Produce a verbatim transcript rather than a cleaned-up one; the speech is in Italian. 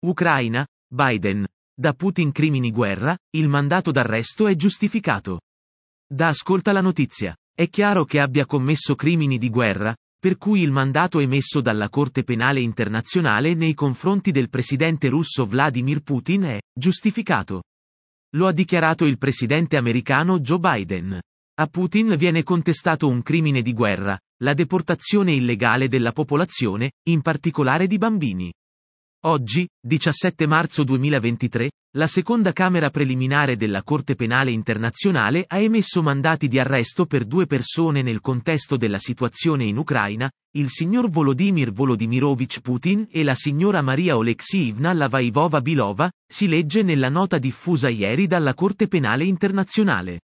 Ucraina, Biden. Da Putin crimini guerra, il mandato d'arresto è giustificato. Da Ascolta la notizia. È chiaro che abbia commesso crimini di guerra, per cui il mandato emesso dalla Corte Penale Internazionale nei confronti del presidente russo Vladimir Putin è giustificato. Lo ha dichiarato il presidente americano Joe Biden. A Putin viene contestato un crimine di guerra, la deportazione illegale della popolazione, in particolare di bambini. Oggi, diciassette marzo duemilaventitré, la seconda Camera preliminare della Corte Penale Internazionale ha emesso mandati di arresto per due persone nel contesto della situazione in Ucraina, il signor Volodymyr Volodymyrovich Putin e la signora Maria Oleksiivna Lavajvova Bilova, si legge nella nota diffusa ieri dalla Corte Penale Internazionale.